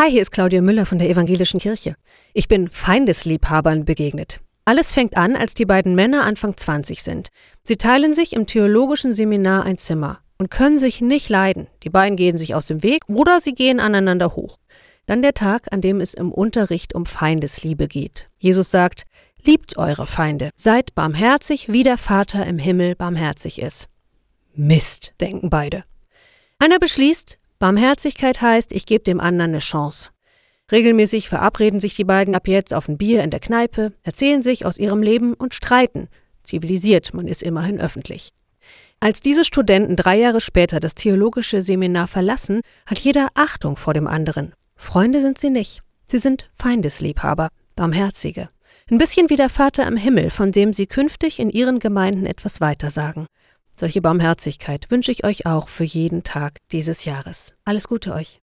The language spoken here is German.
Hi, hier ist Claudia Müller von der Evangelischen Kirche. Ich bin Feindesliebhabern begegnet. Alles fängt an, als die beiden Männer Anfang 20 sind. Sie teilen sich im theologischen Seminar ein Zimmer und können sich nicht leiden. Die beiden gehen sich aus dem Weg oder sie gehen aneinander hoch. Dann der Tag, an dem es im Unterricht um Feindesliebe geht. Jesus sagt, liebt eure Feinde, seid barmherzig, wie der Vater im Himmel barmherzig ist. Mist, denken beide. Einer beschließt, Barmherzigkeit heißt, ich gebe dem anderen eine Chance. Regelmäßig verabreden sich die beiden ab jetzt auf ein Bier in der Kneipe, erzählen sich aus ihrem Leben und streiten. Zivilisiert, man ist immerhin öffentlich. Als diese Studenten 3 Jahre später das theologische Seminar verlassen, hat jeder Achtung vor dem anderen. Freunde sind sie nicht. Sie sind Feindesliebhaber, Barmherzige. Ein bisschen wie der Vater im Himmel, von dem sie künftig in ihren Gemeinden etwas weitersagen. Solche Barmherzigkeit wünsche ich euch auch für jeden Tag dieses Jahres. Alles Gute euch.